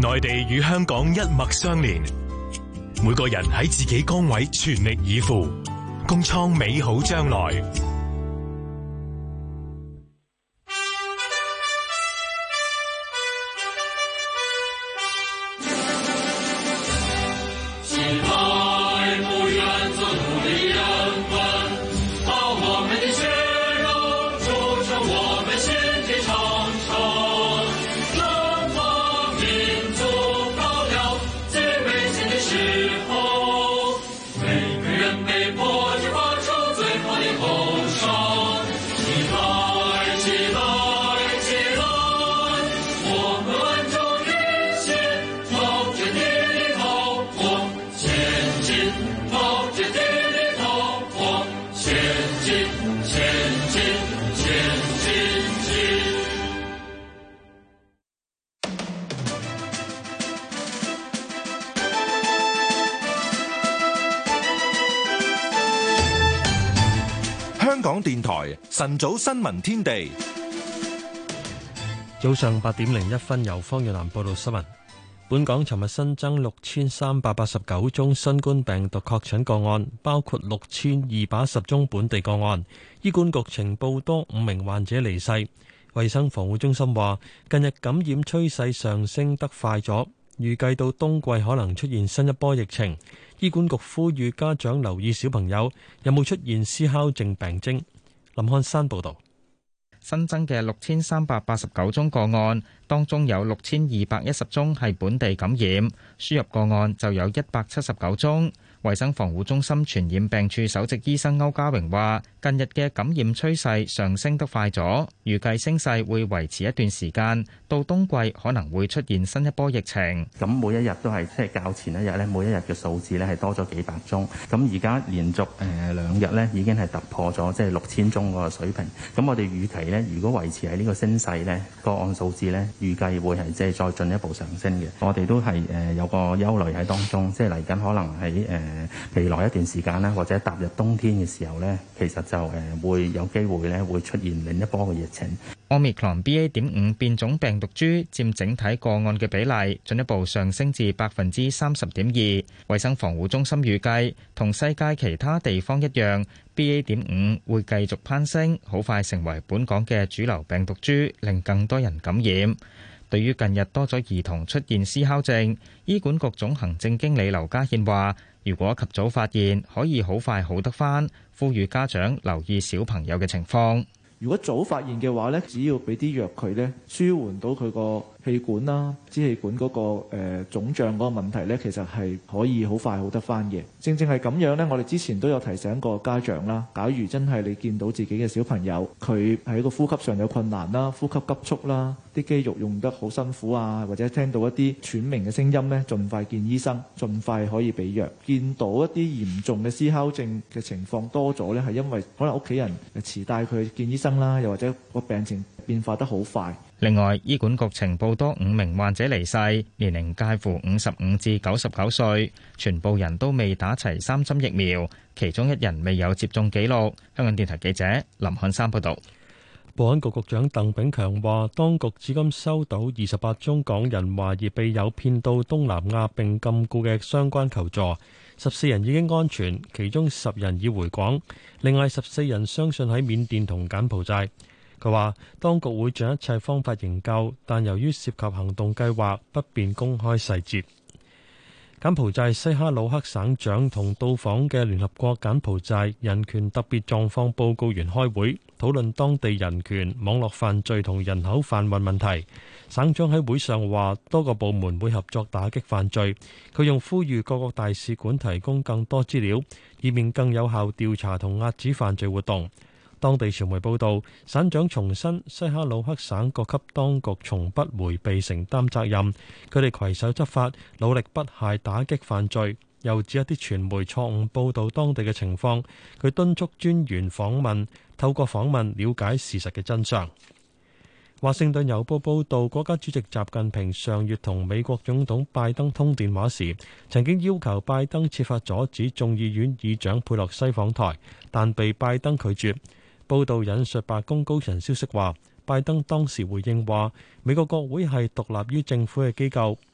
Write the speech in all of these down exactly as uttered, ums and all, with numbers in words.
內地與香港一脈相連，每個人喺自己崗位全力以赴，共創美好將來。 香港電台晨早新聞天地， 早上八點零一分，由方若南報道新聞。本港尋日新增六千三百八十九宗新冠病毒確診個案，包括六千二百一十宗本地個案。醫管局呈報多五名患者離世。衛生防護中心話，近日感染趨勢上升得快咗，預計到冬季可能出現新一波疫情。醫管局呼籲家長留意小朋友有冇出現思考症病徵。林漢山報導。 新增嘅六千三百八十九宗個案，當中有六千二百一十宗係本地感染，輸入個案就有一百七十九宗。衛生防護中心傳染病處首席醫生歐家榮話，近日嘅感染趨勢上升得快咗，預計升勢會維持一段時間，到冬季可能會出現新一波疫情。 咁每一日都係即係較前一日咧，每一日嘅數字咧係多咗幾百宗。咁而家連續誒兩日咧已經係突破咗即係六千宗個水平。咁我哋預期咧，如果維持喺呢個升勢咧，個案數字咧預計會係即係再進一步上升嘅。我哋都係誒有個憂慮喺當中，即係嚟緊可能喺誒。誒未來一段時間啦，或者踏入冬天嘅時候咧，其實就誒會有機會咧會出現另一波嘅疫情。 Omicron B A 點五變種病毒株佔整體個案嘅比例進一步上升至百分之三十點二。衛生防護中心預計，同世界其他地方一樣，B A 點五會繼續攀升，好快成為本港嘅主流病毒株，令更多人感染。對於近日多咗兒童出現思考症，醫管局總行政經理劉家憲話，如果及早發現，可以好快好得返，呼籲家長留意小朋友嘅情況。 如果早發現嘅話咧，只要俾啲藥佢咧，舒緩到佢個氣管啦、支氣管嗰、那個誒、呃、腫脹嗰個問題咧，其實係可以好快好得返嘅。正正係咁樣咧，我哋之前都有提醒過家長啦。假如真係你見到自己嘅小朋友佢喺個呼吸上有困難啦、呼吸急促啦、啲肌肉用得好辛苦啊，或者聽到一啲喘鳴嘅聲音咧，盡快見醫生，盡快可以俾藥。見到一啲嚴重嘅思考症嘅情況多咗咧，係因為可能屋企人遲帶佢去見醫生啦，又或者個病情變化得好快。 另外，醫管局呈報多五名患者離世，年齡介乎五十五至九十九歲，全部人都未打齊三針疫苗，其中一人未有接種記錄。香港電台記者林漢山報導。 保安局局長鄧炳強話，當局至今收到二十八宗港人懷疑被誘騙到東南亞並禁錮嘅相關求助，十四人已經安全，其中十人已回港，另外十四人相信喺緬甸同柬埔寨。佢話，當局會盡一切方法營救，但由於涉及行動計劃，不便公開細節。柬埔寨西哈努克省長同到訪嘅聯合國柬埔寨人權特別狀況報告員開會，討論當地人權、網絡犯罪同人口販運問題。省長喺會上話，多個部門會合作打擊犯罪。佢用呼籲各個大使館提供更多資料，以免更有效調查同遏止犯罪活動。當地傳媒報道，省長重申西哈努克省各級當局從不迴避承擔責任，佢哋攜手執法，努力不懈打擊犯罪。又指一啲傳媒錯誤報導當地嘅情況，佢敦促專員訪問，透過訪問了解事實嘅真相。華盛頓郵報報導，國家主席習近平上月同美國總統拜登通電話時，曾經要求拜登設法阻止眾議院議長佩洛西訪台，但被拜登拒絕。報道引述白宮高層消息話，拜登當時回應話，美國國會係獨立於政府嘅機構，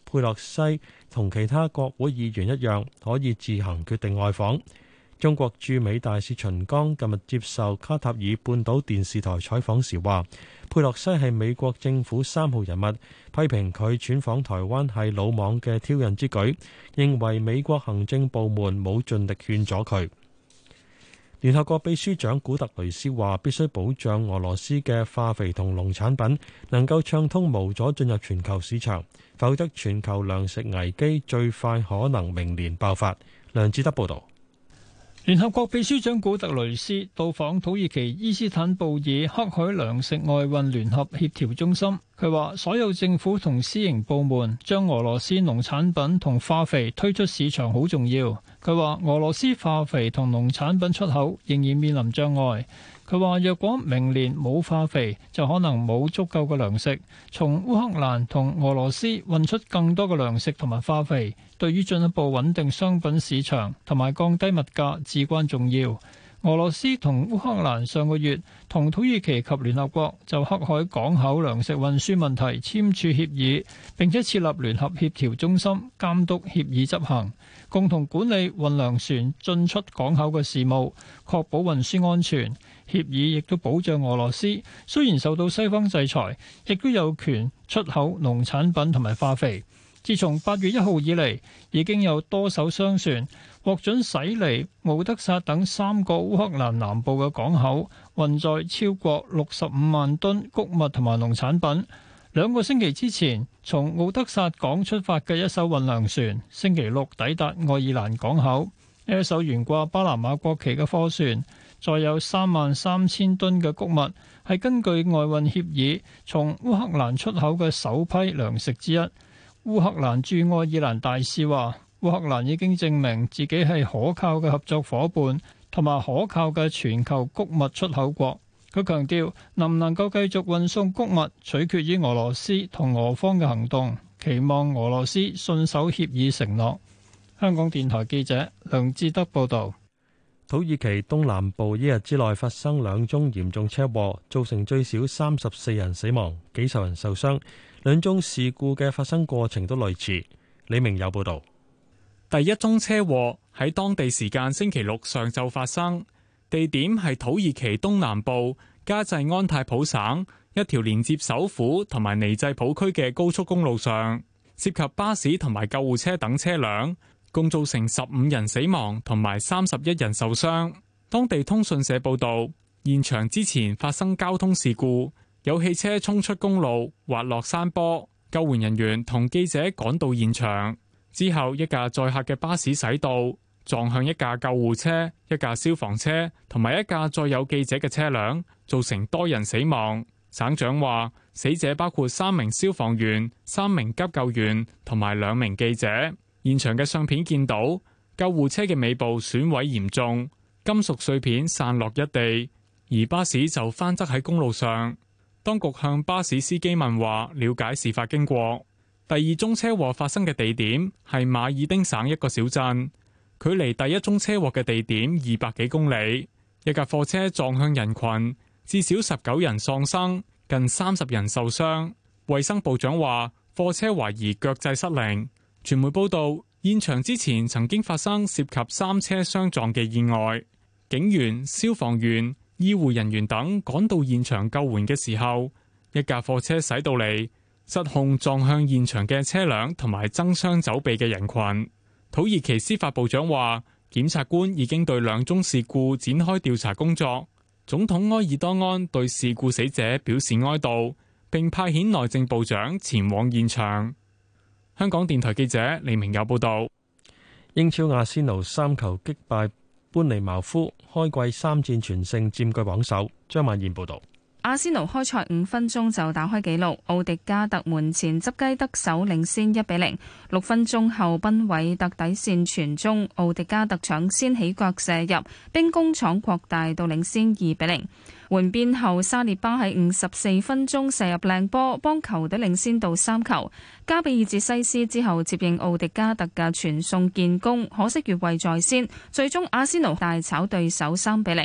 佩洛西同其他國會議員一樣，可以自行決定外訪。中國駐美大使秦剛近日接受卡塔爾半島電視台採訪時話，佩洛西係美國政府三號人物，批評佢竄訪台灣係魯莽嘅挑釁之舉，認為美國行政部門冇盡力勸阻佢。聯合國秘書長古特雷斯話，必須保障俄羅斯嘅化肥同農產品能夠暢通無阻進入全球市場，否則全球糧食危機最快可能明年爆發。梁志德報導。 聯合國秘書長古特雷斯到訪土耳其伊斯坦布爾黑海糧食外運聯合協調中心，佢話所有政府同私營部門將俄羅斯農產品同化肥推出市場好重要。佢話俄羅斯化肥同農產品出口仍然面臨障礙。佢話若果明年冇化肥，就可能冇足夠嘅糧食。從烏克蘭同俄羅斯運出更多嘅糧食同埋化肥，對於進一步穩定商品市場同埋降低物價至關重要。俄羅斯同烏克蘭上個月同土耳其及聯合國就黑海港口糧食運輸問題簽署協議，並且設立聯合協調中心監督協議執行，共同管理運糧船進出港口嘅事務，確保運輸安全。協議亦都保障俄羅斯雖然受到西方制裁，亦都有權出口農產品同埋化肥。自從八月一號以嚟，已經有多艘商船獲准駛離敖德薩等三個烏克蘭南部嘅港口，運載超過六十五萬噸穀物同埋農產品。兩個星期之前，從敖德薩港出發嘅一艘運糧船，星期六抵達愛爾蘭港口。呢一艘懸掛巴拿馬國旗嘅貨船，載有三萬三千噸嘅穀物，係根據外運協議從烏克蘭出口嘅首批糧食之一。烏克蘭駐愛爾蘭大使話，烏克蘭已經證明自己係可靠嘅合作夥伴，同埋可靠嘅全球穀物出口國。佢強調，能唔能夠繼續運送穀物，取決於俄羅斯同俄方嘅行動，期望俄羅斯信守協議承諾。香港電台記者梁志德報道。 土耳其東南部一日之內發生兩宗嚴重車禍，造成最少三十四人死亡，幾十人受傷。兩宗事故嘅發生過程都類似。李明有報道。 第一宗車禍喺當地時間星期六上晝發生，地點係土耳其東南部加濟安泰普省一條連接首府同埋尼濟普區嘅高速公路上，涉及巴士同埋救護車等車輛，共造成十五人死亡同埋三十一人受傷。當地通訊社報道，現場之前發生交通事故，有汽車衝出公路滑落山坡，救援人員同記者趕到現場之後，一架載客嘅巴士駛到撞向一架救護車、一架消防車同埋一架載有記者嘅車輛，造成多人死亡。省長話，死者包括三名消防員、三名急救員同埋兩名記者。現場嘅相片見到救護車嘅尾部損毀嚴重，金屬碎片散落一地，而巴士就翻側喺公路上。當局向巴士司機問話，了解事發經過。第二宗車禍發生嘅地點係馬爾丁省一個小鎮，距離第一宗車禍嘅地點二百幾公里。一架貨車撞向人群，至少十九人喪生，近三十人受傷。衛生部長話，貨車懷疑腳掣失靈。傳媒報道，現場之前曾經發生涉及三車相撞嘅意外，警員、消防員、醫護人員等趕到現場救援嘅時候，一架貨車駛到嚟，失控撞向現場嘅車輛同埋爭相走避嘅人群。土耳其司法部長話，檢察官已經對兩宗事故展開調查工作。總統埃爾多安對事故死者表示哀悼，並派遣內政部長前往現場。香港電台記者李明友報道。 英超阿仙奴三球擊敗班尼茅夫，開季三戰全勝，佔據榜首。張曼燕報道。 阿仙奴開賽五分鐘就打開紀錄，奧迪加特門前執雞得手，領先一比零。六分鐘後，賓韋特底線傳中，奧迪加特搶先起腳射入，兵工廠擴大到領先二比零。換邊後，沙列巴喺五十四分鐘射入靚波，幫球隊領先到三球。加比爾捷西斯之後接應奧迪加特嘅傳送建功，可惜越位在先，最終阿仙奴大炒對手三比零。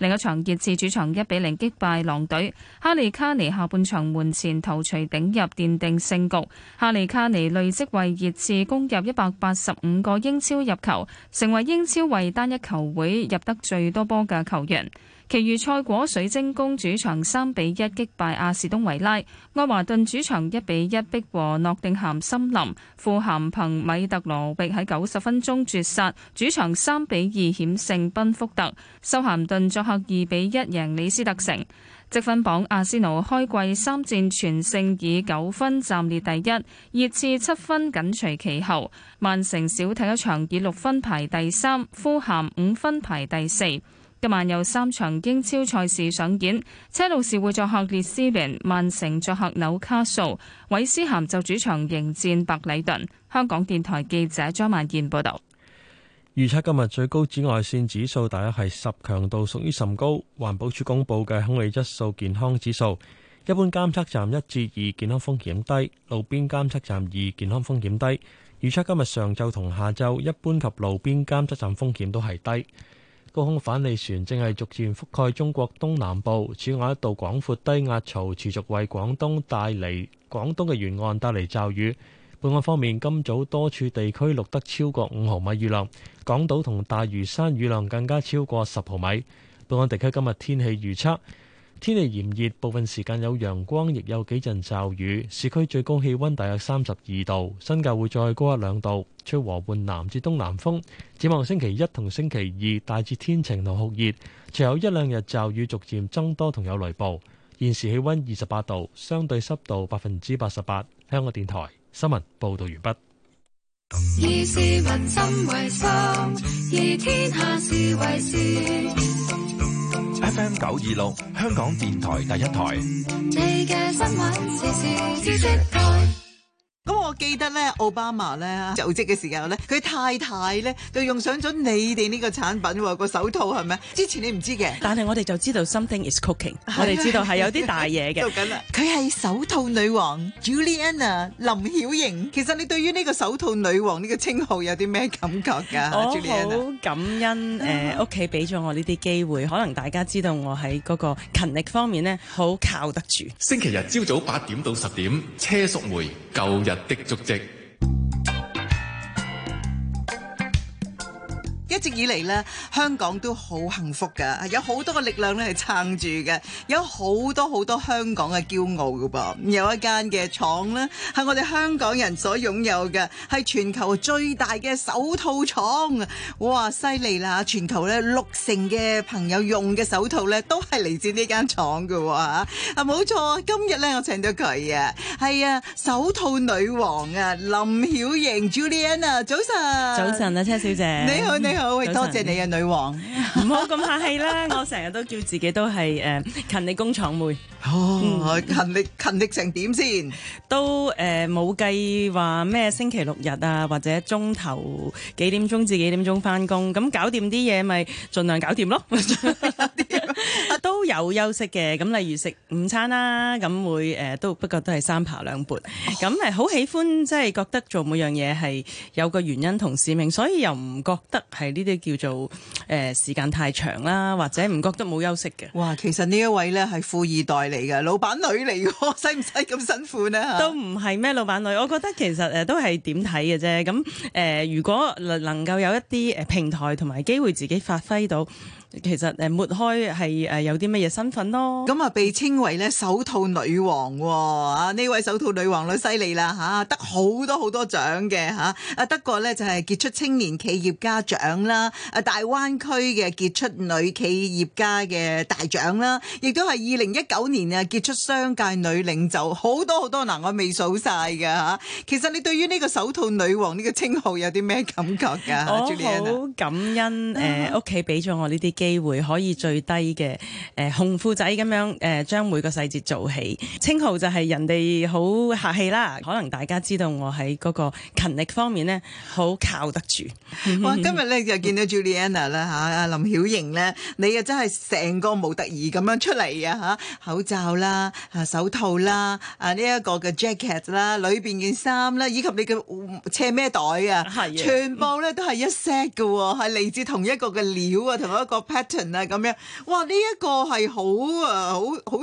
另一場熱刺主場一比零擊敗狼隊，哈利卡尼下半場門前頭槌頂入奠定勝局。哈利卡尼累積為熱刺攻入一百八十五個英超入球，成為英超為單一球會入得最多波嘅球員。其餘賽果：水晶宮主場三比一擊敗阿士東維拉，愛華頓主場一比一逼和諾定咸森林，富咸憑米特羅域喺九十分鐘絕殺，主場三比二險勝賓福特，修咸頓作客二比一贏李斯特城。積分榜，阿仙奴開季三戰全勝，以九分暫列第一，熱刺七分緊隨其後，曼城少踢一場以六分排第三，富咸五分排第四。今晚有三場英超賽事上演，車路士會作客列斯聯，曼城作客紐卡素，韋斯咸就主場迎戰白禮頓。香港電台記者張曼燕報道。 預測今日最高紫外線指數大約係十，強度屬於甚高。環保署公布嘅空氣質素健康指數，一般監測站一至二，健康風險低，路邊監測站二，健康風險低。預測今日上晝同下晝，一般及路邊監測站風險都係低。高空反氣旋正係逐漸覆蓋中國東南部，此外一道廣闊低壓槽持續為廣東帶嚟廣東嘅沿岸帶嚟驟雨。本港方面，今早多處地區錄得超過五毫米雨量，港島同大嶼山雨量更加超過十毫米。本港地區今日天氣預測，天氣炎熱，部分時間有陽光，亦有幾陣驟雨。市區最高氣溫大約三十二度，新界會再高一兩度，吹和緩南至東南風。展望星期一同星期二大致天晴同酷熱，隨後一兩日驟雨逐漸增多同有雷暴。現時氣溫二十八度，相對濕度百分之八十八。香港電台新聞報道完畢。 以市民心為心，以天下事為事。 F M 九二六，香港電台第一台。 你嘅新聞時事知識台。 咁我記得咧，奧巴馬咧就職嘅時候咧，佢太太咧就用上咗你哋呢個產品喎，個手套係咪？之前你唔知嘅， 但係我哋就知道 something is cooking，我哋知道係有啲大嘢嘅。 做緊啦，佢係手套女王 Juliana 林曉瑩。其實你對於呢個手套女王呢個稱號有啲咩感覺㗎？ 我好感恩誒，屋企俾咗我呢啲機會，可能大家知道我喺嗰個勤力方面咧，好靠得住。 星期日朝早八點到十點，車淑梅舊日的足跡。 一直以嚟咧，香港都好幸福㗎，有好多個力量咧係撐住嘅，有好多好多香港嘅驕傲㗎噃。有一間嘅廠咧係我哋香港人所擁有嘅，係全球最大嘅手套廠。哇，犀利啦！全球咧六成嘅朋友用嘅手套咧都係嚟自呢間廠㗎喎嚇。啊，冇錯，今日咧我請到佢啊，係啊，手套女王啊，林曉瑩 Juliana， 早晨。 早晨啊，車小姐。 你好，你好。好，多謝你啊，女王！ 唔好咁客氣啦，我成日都叫自己都係誒勤力工廠妹。 哦，嗯、勤力勤力成點先？ 都誒冇計話咩星期六日啊，或者中頭幾點鐘至幾點鐘返工，咁搞掂啲嘢咪盡量搞掂咯。都有休息嘅，咁例如食午餐啦，咁會誒都不過都係三扒兩撥。咁誒好喜歡即係覺得做每樣嘢係有個原因同使命，所以又唔覺得係呢啲叫做誒、呃、時間太長啦，或者唔覺得冇休息嘅。 哇，其實呢一位咧係富二代嚟嘅，老闆女嚟嘅，使唔使咁辛苦呢？ 都唔係咩老闆女，我覺得其實誒都係點睇嘅啫。咁誒、呃、如果能夠有一啲誒平台同埋機會自己發揮到。其實誒抹開係誒有啲乜嘢身份咯， 咁啊被稱為咧手套女王喎，啊呢位手套女王女犀利啦嚇，得好多好多獎嘅嚇，啊得過咧就係傑出青年企業家獎啦，啊大灣區嘅傑出女企業家嘅大獎啦，亦都係二零一九年啊傑出商界女領袖，好多好多嗱，我未數晒㗎嚇。其實你對於呢個手套女王呢個稱號有啲咩感覺㗎？ 我好感恩誒屋企俾咗我呢啲機會，可以最低嘅誒、呃、紅褲仔咁樣誒將每個細節做起。稱號就係人哋好客氣啦，可能大家知道我喺嗰個勤力方面咧好靠得住。 哇！今日咧就見到 Juliana 啦嚇，阿林曉瑩咧，你啊真係成個模特兒咁樣出嚟啊嚇，口罩啦、啊手套啦、啊呢一個嘅 jacket 啦、裏邊件衫啦，以及你嘅斜孭袋啊，全部咧都係一 set 嘅喎，係嚟自同一個嘅料啊，同一個 pattern 啊咁樣。哇！呢、這、一個係好啊，好好。